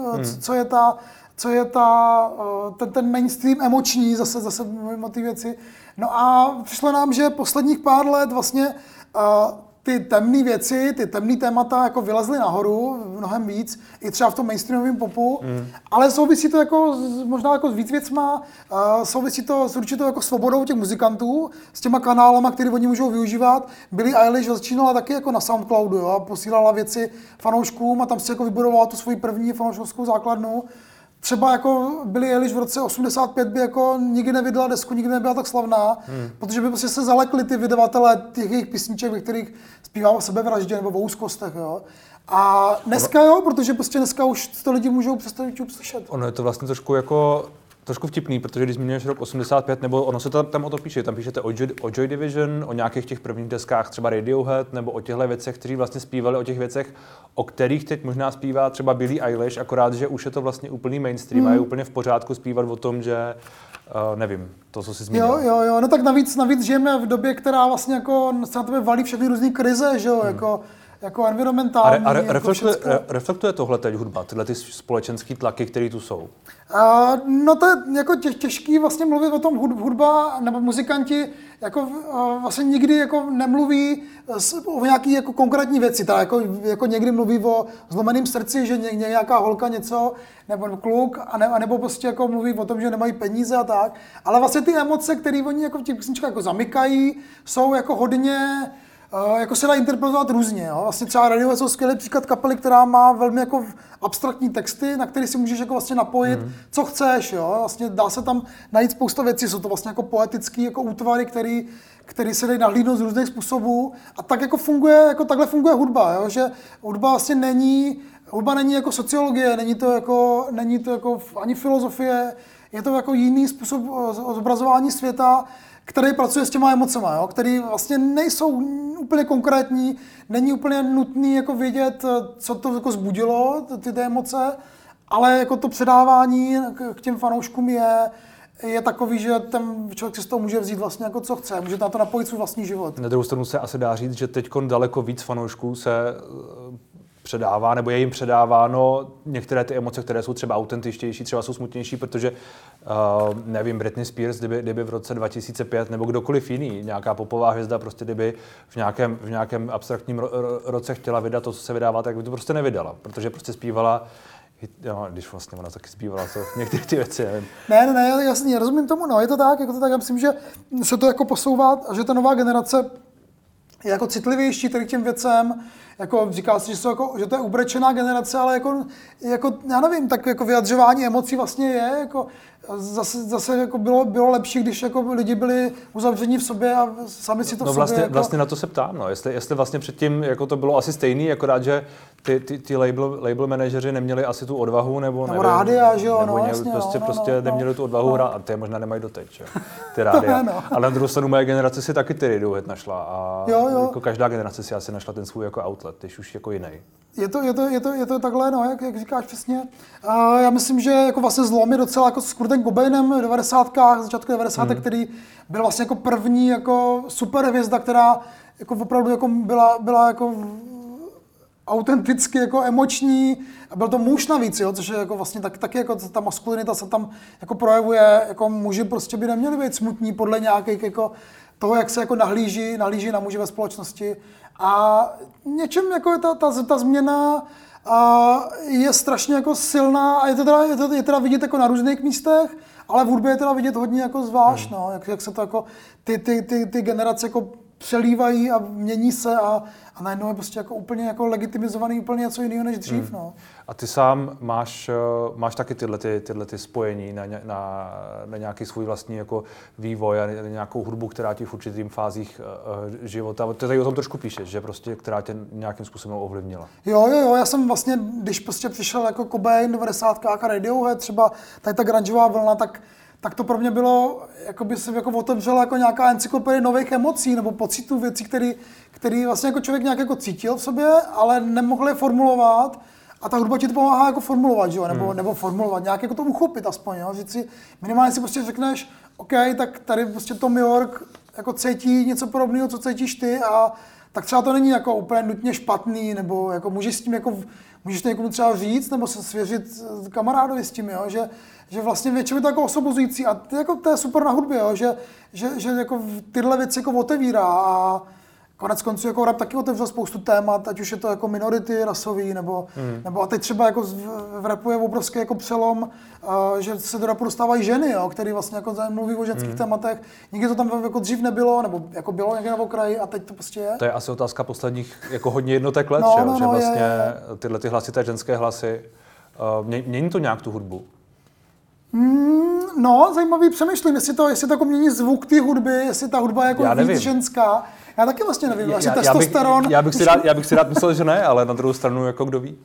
co je ten mainstream emoční, zase mimo ty věci. No a přišlo nám, že posledních pár let vlastně ty temné věci, ty temné témata jako vylezly nahoru mnohem víc, i třeba v tom mainstreamovém popu, ale souvisí to jako možná jako s víc věcma, souvisí to s určitou jako svobodou těch muzikantů, s těma kanálama, které oni můžou využívat. Billie Eilish začínala taky jako na Soundcloudu, jo, a posílala věci fanouškům a tam si jako vybudovala tu svoji první fanouškovskou základnu. Třeba jako Billie Eilish v roce 85 by jako nikdy nevydala desku, nikdy nebyla tak slavná, protože by prostě se zalekli ty vydavatelé těch jejich písniček, ve kterých zpívá o sebevraždě nebo o úzkostech, jo. A dneska jo, protože prostě dneska už to lidi můžou přes ten YouTube slyšet. Ono je to vlastně trošku vtipný, protože když zmiňuješ rok 85, nebo ono se tam o to píše, tam píšete o Joy Division, o nějakých těch prvních deskách, třeba Radiohead, nebo o těchto věcech, kteří vlastně zpívali o těch věcech, o kterých teď možná zpívá třeba Billie Eilish, akorát, že už je to vlastně úplný mainstream a je úplně v pořádku zpívat o tom, že nevím, to, co jsi zmínil. Jo, no tak navíc žijeme v době, která vlastně jako se na tebe valí všechny různý krize, že jo, jako environmentální. A reflektuje tohle teď hudba, tyhle ty společenský tlaky, které tu jsou? No to je jako těžký vlastně mluvit o tom hudba, nebo muzikanti jako vlastně nikdy jako nemluví o nějaký jako konkrétní věci, tak jako někdy mluví o zlomeném srdci, že nějaká holka něco, nebo kluk, nebo prostě jako mluví o tom, že nemají peníze a tak, ale vlastně ty emoce, které oni jako v těch písničkách jako zamykají, jsou jako hodně jako se dá interpretovat různě. Jo? Vlastně třeba Radiohead jsou skvělý příklad kapely, která má velmi jako abstraktní texty, na které si můžeš jako vlastně napojit, co chceš. Jo? Vlastně dá se tam najít spousta věcí, jsou to vlastně jako poetické jako útvary, který se dají nahlídnout z různých způsobů. A tak jako funguje, jako takhle funguje hudba, jo? Že hudba vlastně není jako sociologie, není to jako ani filozofie, je to jako jiný způsob zobrazování světa, který pracuje s těma emocema, jo? Který vlastně nejsou úplně konkrétní, není úplně nutný jako vědět, co to jako zbudilo, ty emoce, ale jako to předávání k těm fanouškům je takový, že ten člověk si z toho může vzít vlastně jako co chce, může na to napojit svůj vlastní život. Na druhou stranu se asi dá říct, že teď daleko víc fanoušků se předává, nebo je jim předáváno některé ty emoce, které jsou třeba autentičtější, třeba jsou smutnější, protože nevím, Britney Spears, kdyby v roce 2005 nebo kdokoliv jiný, nějaká popová hvězda, prostě kdyby v nějakém abstraktním roce chtěla vydat to, co se vydává, tak by to prostě nevydala, protože prostě zpívala, no, když vlastně ona taky zpívala některé ty věci, nevím. Ne, jasně, rozumím tomu, no, je to tak, já myslím, že se to jako posouvá a že ta nová generace je jako citlivější tady k těm věcem, jako říká se, že to je ubrečená generace, ale jako já nevím, tak jako vyjadřování emocí vlastně je, jako zase jako bylo lepší, když jako lidi byli uzavření v sobě a sami si to v sobě. Vlastně na to se ptám, no, jestli vlastně předtím jako to bylo asi stejný, akorát, že ty label manažeři neměli asi tu odvahu, nebo rádia, že jo, nebo jasně, neměli tu odvahu hrát, a ty možná nemají doteď, že? Ty rádia. Ale na druhou stranu moje generace si taky ty Radiohead našla a jako každá generace si asi našla ten svůj jako outlet, když už jako jiný. Je to takhle, no, jak říkáš přesně. Já myslím, že jako vlastně zlom je docela jako s Kurtem Cobainem v 90. začátku 90. který byl vlastně jako první jako superhvězda, která jako opravdu jako byla jako autenticky jako emoční a byl to muž navíc, jo, což je jako vlastně taky jako ta maskulinita se tam jako projevuje, jako muži prostě by neměli být smutní podle nějakých jako toho, jak se jako nahlíží na muži ve společnosti. A něčem jako ta změna je strašně jako silná a je teda vidět jako na různých místech, ale v hudbě je teda vidět hodně jako zvlášť, no, jak se to jako ty generace jako přelívají a mění se a najednou je prostě jako úplně jako legitimizovaný úplně něco jiného než dřív, no. A ty sám máš taky tyhle spojení na nějaký svůj vlastní jako vývoj a nějakou hudbu, která ti v určitým fázích života, ty tady o tom trošku píšeš, že prostě, která tě nějakým způsobem ovlivnila. Jo, já jsem vlastně, když prostě přišel jako Cobain, 90. a Radiohead, třeba tady ta grungeová vlna, tak to pro mě bylo, jako by se jako otevřela jako nějaká encyklopedie nových emocí nebo pocitů, věcí, které vlastně jako člověk nějak jako cítil v sobě, ale nemohl je formulovat. A ta hudba ti to pomáhá jako formulovat, že jo? Nebo formulovat, nějak jako to uchopit aspoň, jo? Říct si, minimálně si prostě řekneš, OK, tak tady prostě Tom York jako cítí něco podobného, co cítíš ty a tak třeba to není jako úplně nutně špatný, nebo jako můžeš to někomu třeba říct, nebo se svěřit kamarádovi s tím, jo? Že vlastně většinou je to jako osobozující a jako to je super na hudbě, jo? Že jako tyhle věci jako otevírá a konec konců jako rap taky otevřel spoustu témat, ať už je to jako minority rasový, nebo a teď třeba jako v rapu je obrovský jako přelom, že se do rapu dostávají ženy, jo, který vlastně jako mluví o ženských tématech. Nikdy to tam jako dřív nebylo, nebo jako bylo někde na okraji a teď to prostě je. To je asi otázka posledních jako hodně jednotek let, že vlastně tyhle ty hlasy, ty ženské hlasy, mění to nějak tu hudbu? No, zajímavý, přemýšlím, jestli to jako mění zvuk té hudby, jestli ta hudba je jako víc ženská. Já taky vlastně nevím, asi testosteron. Já bych si rád myslel, že ne, ale na druhou stranu, jako kdo ví?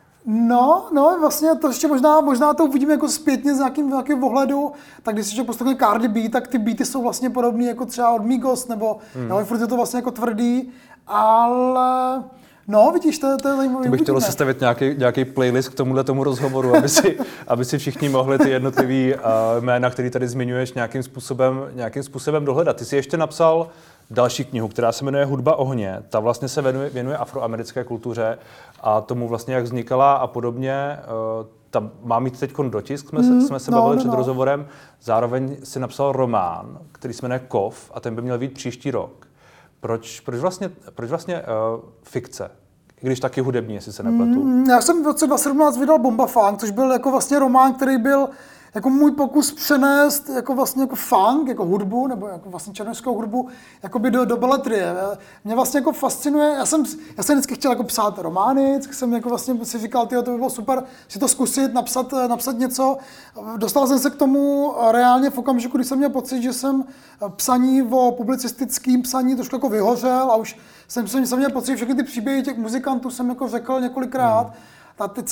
No, vlastně to ještě možná to uvidíme jako zpětně z nějakým ohledu, tak když si poslechne Cardi B, tak ty beaty jsou vlastně podobný jako třeba od Migos, nebo furt je to vlastně jako tvrdý, ale no, vidíš, to je zajímavé. To bych chtěl sestavit nějaký playlist k tomu rozhovoru, aby si všichni mohli ty jednotlivý jména, který tady zmiňuješ, nějakým způsobem dohledat. Ty jsi ještě napsal další knihu, která se jmenuje Hudba ohně. Ta vlastně se věnuje afroamerické kultuře a tomu vlastně, jak vznikala a podobně. Ta má mít teď dotisk, jsme se bavili před rozhovorem. Zároveň si napsal román, který se jmenuje Kov a ten by měl být příští rok. Proč vlastně fikce? I když taky hudební, jestli se nepletu. Já jsem v roce 2017 vydal Bomba Funk, což byl jako vlastně román, který byl jako můj pokus přenést jako vlastně jako funk, jako hudbu, nebo jako vlastně černošskou hudbu, jakoby do beletrie. Mě vlastně jako fascinuje, já jsem vždycky chtěl jako psát romány, vždycky jsem jako vlastně si říkal, to by bylo super si to zkusit, napsat něco. Dostal jsem se k tomu reálně v okamžiku, kdy jsem měl pocit, že jsem psaní o publicistickém psaní trošku jako vyhořel a už jsem měl pocit, že všechny ty příběhy těch muzikantů jsem jako řekl několikrát. A teď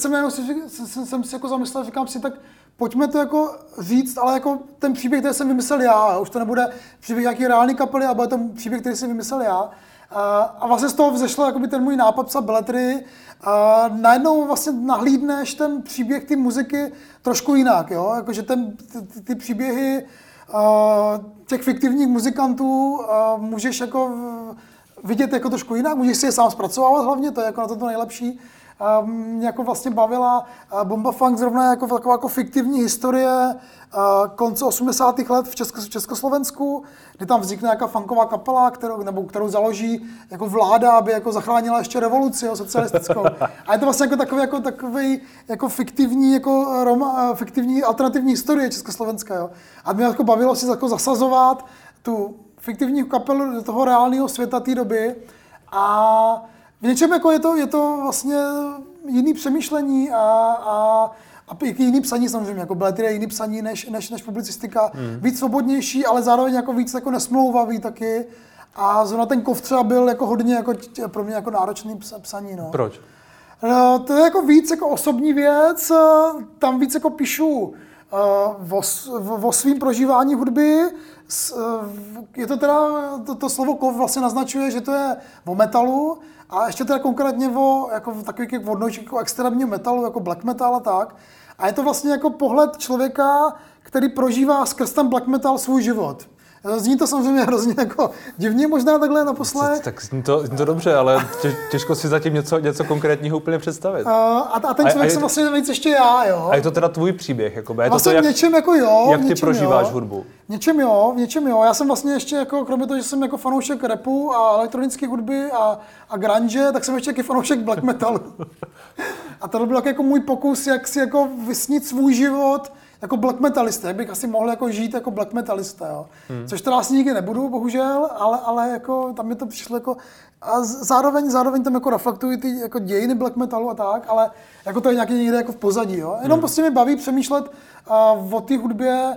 jsem si jako zamyslel, říkám si, tak pojďme to jako říct, ale jako ten příběh, který jsem vymyslel já, už to nebude příběh nějaký reálný kapely, ale bude to příběh, který jsem vymyslel já. A vlastně z toho vzešlo jakoby ten můj nápad psat beletry. A najednou vlastně nahlídneš ten příběh té muziky trošku jinak, jo? Jakože ty příběhy těch fiktivních muzikantů můžeš jako vidět jako trošku jinak, můžeš si je sám zpracovávat hlavně, to je jako na to nejlepší. Mě jako vlastně bavila Bomba Funk zrovna jako taková jako fiktivní historie konce 80. let v Československu, kdy tam vznikne nějaká funková kapela, kterou založí jako vláda, aby jako zachránila ještě revoluci socialistickou. A je to vlastně jako takový jako fiktivní fiktivní alternativní historie československá, jo. A mě jako bavilo si jako zasazovat tu fiktivní kapelu do toho reálného světa té doby a v něčem jako je to vlastně jiný přemýšlení a jiný psaní samozřejmě, jako beletrie je jiný psaní než publicistika, víc svobodnější, ale zároveň jako víc jako nesmlouvavý taky. A zrovna ten Kov třeba byl jako hodně jako pro mě jako náročný psaní. No. Proč? No, to je jako víc jako osobní věc, tam víc jako píšu o svým prožívání hudby. Je to teda, to slovo Kov vlastně naznačuje, že to je o metalu, a ještě teda konkrétně o jako takových odnožích jako extrémního metalu, jako black metal a tak. A je to vlastně jako pohled člověka, který prožívá skrz ten black metal svůj život. Zní to samozřejmě hrozně jako divně možná takhle naposled. Tak zní to dobře, ale těžko si zatím něco konkrétního úplně představit. A ten člověk jsem vlastně víc ještě já, jo. A je to teda tvůj příběh, jakoby. Je vlastně to v něčem jako jo. Jak ty prožíváš hudbu? V něčem jo. Já jsem vlastně ještě jako, kromě toho, že jsem jako fanoušek rapu a elektronické hudby a grunge, tak jsem ještě taky fanoušek black metalu. A to byl jako můj pokus, jak si jako vysnít svůj život jako black metalista, jak bych asi mohl jako žít jako black metalista, jo. Což teda asi nikdy nebudu, bohužel, ale jako tam mi to přišlo jako a zároveň tam jako reflektují ty jako dějiny black metalu a tak, ale jako to je nějaký někde jako v pozadí, jo. Jenom prostě mi baví přemýšlet o té hudbě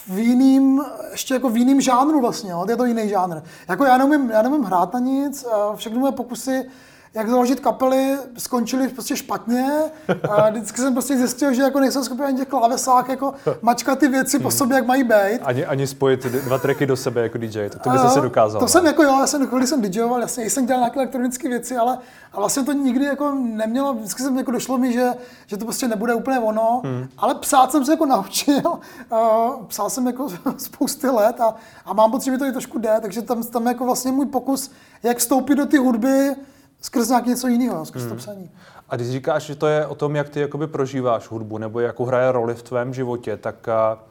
ještě jako v jiným žánru vlastně, jo. Je to jiný žánr. Jako já neumím hrát na nic, všechny moje pokusy jak založit kapely, skončily prostě špatně. A vždycky jsem prostě zjistil, že jako nejsem schopný ani těch klávesách jako mačkat ty věci po sobě, jak mají být. Ani spojit dva tracky do sebe jako DJ, to by se dokázal. To jsem jako já jsem DJoval, jasně, jsem dělal nějaké elektronické věci, ale vlastně to nikdy jako nemělo, vždycky jsem jako došlo mi, že to prostě nebude úplně ono, ale psát jsem se jako naučil, psal jsem jako spousty let a mám pocit, že mi to i trošku jde, takže tam jako vlastně můj pokus, jak vstoupit do ty hudby, skrz nějak něco jiného, skrz to psaní. A když říkáš, že to je o tom, jak ty jakoby prožíváš hudbu, nebo jakou hraje roli v tvém životě, tak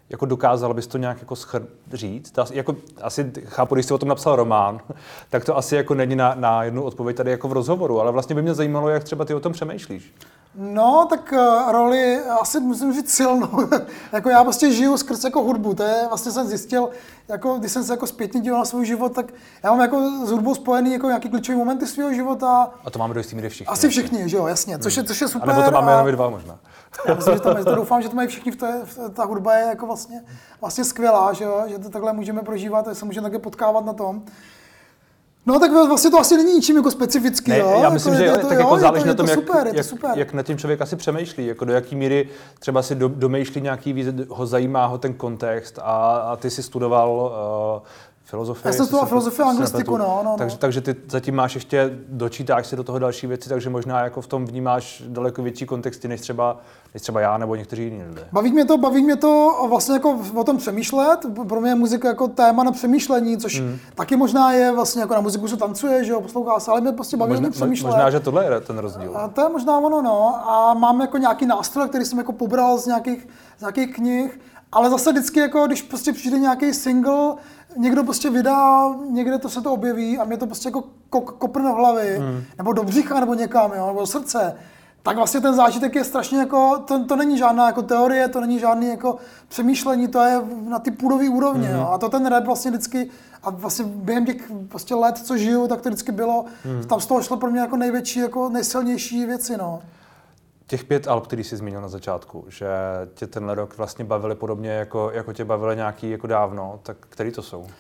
jako dokázal bys to nějak jako říct? Jako, asi chápu, když jsi o tom napsal román, tak to asi jako není na jednu odpověď tady jako v rozhovoru, ale vlastně by mě zajímalo, jak třeba ty o tom přemýšlíš. No, tak roli asi musím říct silnou. Jako já prostě žiju skrz jako hudbu, to je vlastně jsem zjistil, jako když jsem se jako zpětně díval na svůj život, tak já mám jako s hudbou spojený jako nějaký klíčové momenty svého života. A to máme do jistý míry všichni. Asi všichni, že jo, jasně, což je super. A nebo to máme jenom my dva možná. Já myslím, že to doufám, že to mají všichni, ta hudba je jako vlastně skvělá, že jo, že to takhle můžeme prožívat, se můžeme také potkávat na tom. No tak vlastně to asi není ničím jako specifický, ne, jo? Já myslím, že tak jako záleží na tom, super. jak nad tím člověk asi přemýšlí, jako do jaký míry třeba si domýšlí nějaký víc, zajímá ho ten kontext a ty si studoval filozofii. Já jsem studoval filozofii a anglistiku, no. Takže ty zatím máš ještě, dočítáš si do toho další věci, takže možná jako v tom vnímáš daleko větší kontexty, než třeba já nebo někteří jiní lidé. Baví mě to vlastně jako o tom přemýšlet. Pro mě je muzika jako téma na přemýšlení, což taky možná je vlastně jako na muziku se tancuje, že jo, poslouchá se, ale mě prostě baví mě přemýšlet. Možná, že tohle je ten rozdíl. A to je možná ono, no. A mám jako nějaký nástroj, který jsem jako pobral z nějakých knih, ale zase vždycky jako, když prostě přijde nějaký single, někdo prostě vydá, někde to se to objeví a mě to prostě jako kopne do hlavy, nebo do břicha, nebo někam, jo, nebo do srdce. Tak vlastně ten zážitek je strašně jako, to není žádná jako teorie, to není žádný jako přemýšlení, to je na ty půdový úrovně, jo. A to ten rap vlastně vždycky, a vlastně během těch prostě let, co žiju, tak to vždycky bylo, tam z toho šlo pro mě jako největší, jako nejsilnější věci, no. Těch 5 alb, který jsi zmínil na začátku, že tě tenhle rok vlastně bavili podobně, jako tě bavili nějaký jako dávno, tak který to jsou?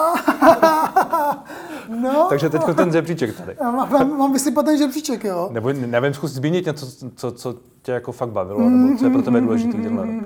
No. Takže teď ten žebříček tady. Mám vysypat ten žebříček, jo? Nebo nevím, zkus zmínit něco, co tě jako fakt bavilo, nebo co je pro tebe důležitý tenhle rok.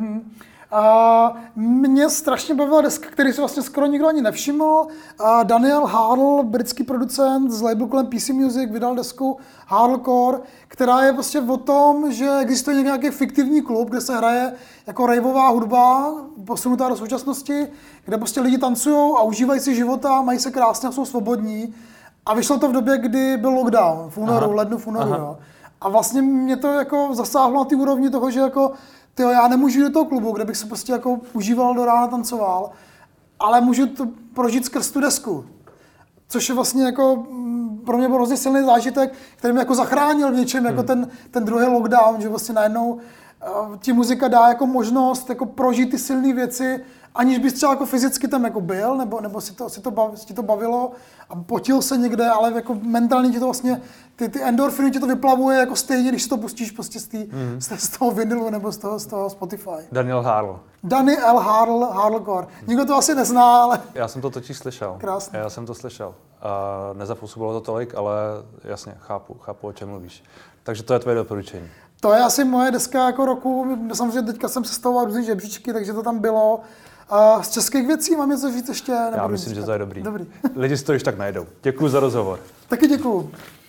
Mě strašně bavila deska, který se vlastně skoro nikdo ani nevšiml. Daniel Harl, britský producent z labelu kolem PC Music, vydal desku Harlcore, která je prostě o tom, že existuje nějaký fiktivní klub, kde se hraje jako raveová hudba, posunutá do současnosti, kde prostě lidi tancujou a užívají si života, mají se krásně a jsou svobodní. A vyšlo to v době, kdy byl lockdown, v únoru, lednu, v únoru. Jo. A vlastně mě to jako zasáhlo na té úrovni toho, že jako tyjo, já nemůžu jít do toho klubu, kde bych se prostě jako užíval do rána, tancoval, ale můžu to prožít skrz tu desku. Což je vlastně jako pro mě byl hrozně silný zážitek, který mě jako zachránil v něčem, jako ten druhý lockdown, že vlastně najednou ti muzika dá jako možnost jako prožít ty silné věci, aniž bys třeba jako fyzicky tam jako byl, nebo si to bavilo a potil se někde, ale jako mentálně ti to vlastně, ty endorfiny ti to vyplavuje jako stejně, když si to pustíš prostě z toho vinylu nebo z toho Spotify. Daniel Harl. Daniel Harl, Harlcore. Nikdo to asi nezná, ale... Já jsem to totiž slyšel. Krásně. Já jsem to slyšel. Nezapůsobilo to tolik, ale jasně, chápu, o čem mluvíš. Takže to je tvoje doporučení. To je asi moje deska jako roku. Samozřejmě teďka jsem sestavoval různý žebříčky, takže to tam bylo. Z českých věcí mám něco říct ještě? Já myslím, že to je dobrý. Lidi si to již tak najdou. Děkuji za rozhovor. Taky děkuju.